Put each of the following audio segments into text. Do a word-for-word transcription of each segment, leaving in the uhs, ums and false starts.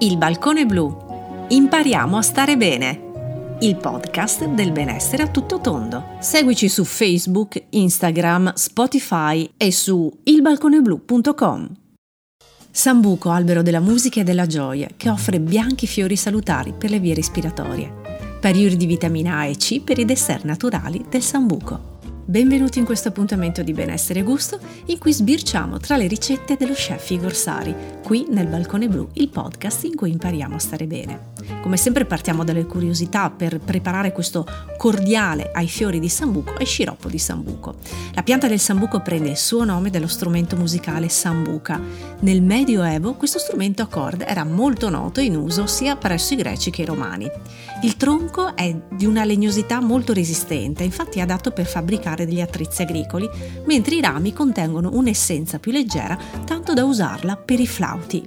Il balcone blu. Impariamo a stare bene. Il podcast del benessere a tutto tondo. Seguici su Facebook, Instagram, Spotify e su il balcone blu punto com. Sambuco, albero della musica e della gioia, che offre bianchi fiori salutari per le vie respiratorie. Periodi di vitamina A e C per i dessert naturali del sambuco. Benvenuti in questo appuntamento di benessere e gusto in cui sbirciamo tra le ricette dello chef Igor Sari, qui nel Balcone Blu, il podcast in cui impariamo a stare bene. Come sempre partiamo dalle curiosità per preparare questo cordiale ai fiori di sambuco e sciroppo di sambuco. La pianta del sambuco prende il suo nome dallo strumento musicale sambuca. Nel Medioevo questo strumento a corde era molto noto e in uso sia presso i greci che i romani. Il tronco è di una legnosità molto resistente, infatti è adatto per fabbricare degli attrezzi agricoli, mentre i rami contengono un'essenza più leggera, tanto da usarla per i flauti.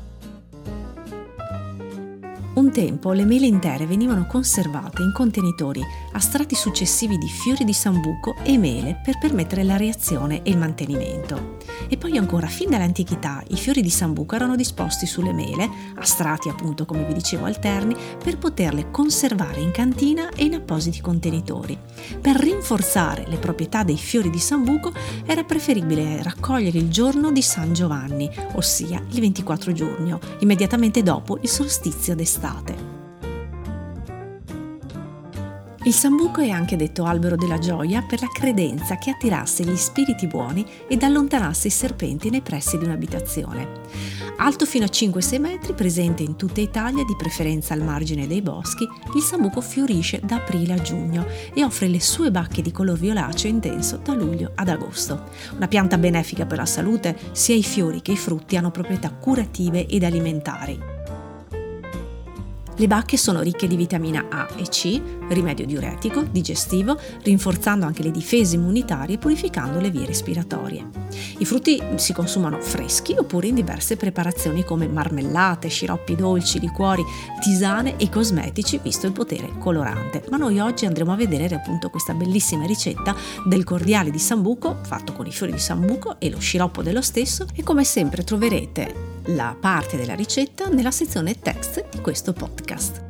Un tempo le mele intere venivano conservate in contenitori a strati successivi di fiori di sambuco e mele per permettere la reazione e il mantenimento. E poi ancora, fin dall'antichità, i fiori di sambuco erano disposti sulle mele, a strati appunto come vi dicevo alterni, per poterle conservare in cantina e in appositi contenitori. Per rinforzare le proprietà dei fiori di sambuco era preferibile raccogliere il giorno di San Giovanni, ossia il ventiquattro giugno, immediatamente dopo il solstizio d'estate. Il sambuco è anche detto albero della gioia per la credenza che attirasse gli spiriti buoni ed allontanasse i serpenti nei pressi di un'abitazione. Alto fino a cinque sei metri, presente in tutta Italia, di preferenza al margine dei boschi, il sambuco fiorisce da aprile a giugno e offre le sue bacche di color violaceo intenso da luglio ad agosto. Una pianta benefica per la salute, sia i fiori che i frutti hanno proprietà curative ed alimentari. Le bacche sono ricche di vitamina A e C, rimedio diuretico, digestivo, rinforzando anche le difese immunitarie e purificando le vie respiratorie. I frutti si consumano freschi oppure in diverse preparazioni come marmellate, sciroppi dolci, liquori, tisane e cosmetici, visto il potere colorante. Ma noi oggi andremo a vedere appunto questa bellissima ricetta del cordiale di sambuco fatto con i fiori di sambuco e lo sciroppo dello stesso, e come sempre troverete la parte della ricetta nella sezione text di questo podcast.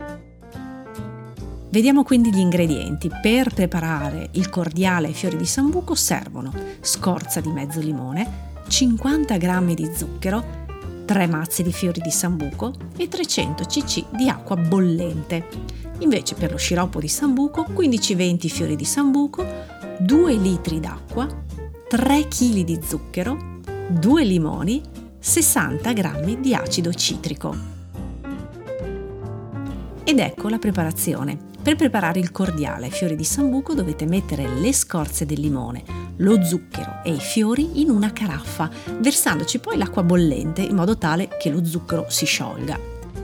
Vediamo quindi gli ingredienti. Per preparare il cordiale ai fiori di sambuco servono scorza di mezzo limone, cinquanta grammi di zucchero, tre mazzi di fiori di sambuco e trecento centilitri di acqua bollente. Invece per lo sciroppo di sambuco quindici venti fiori di sambuco, due litri d'acqua, tre chili di zucchero, due limoni, sessanta grammi di acido citrico. Ed ecco la preparazione. Per preparare il cordiale ai fiori di sambuco dovete mettere le scorze del limone, lo zucchero e i fiori in una caraffa, versandoci poi l'acqua bollente in modo tale che lo zucchero si sciolga.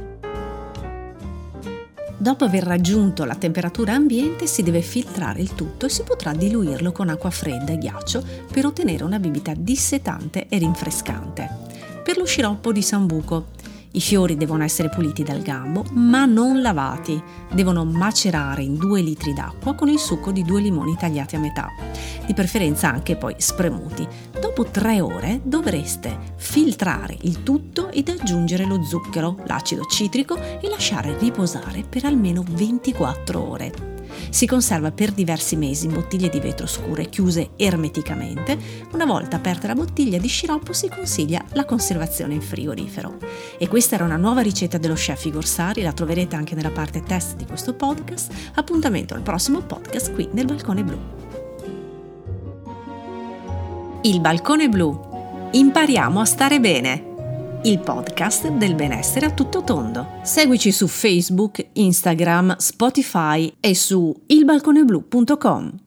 Dopo aver raggiunto la temperatura ambiente si deve filtrare il tutto e si potrà diluirlo con acqua fredda e ghiaccio per ottenere una bibita dissetante e rinfrescante. Per lo sciroppo di sambuco, i fiori devono essere puliti dal gambo, ma non lavati. Devono macerare in due litri d'acqua con il succo di due limoni tagliati a metà, di preferenza anche poi spremuti. Dopo tre ore dovreste filtrare il tutto ed aggiungere lo zucchero, l'acido citrico e lasciare riposare per almeno ventiquattro ore. Si conserva per diversi mesi in bottiglie di vetro scure chiuse ermeticamente. Una volta aperta la bottiglia di sciroppo si consiglia la conservazione in frigorifero. E questa era una nuova ricetta dello chef Igor Sari, la troverete anche nella parte test di questo podcast. Appuntamento al prossimo podcast qui nel Balcone Blu. Il Balcone Blu. Impariamo a stare bene. Il podcast del benessere a tutto tondo. Seguici su Facebook, Instagram, Spotify e su il balcone blu punto com.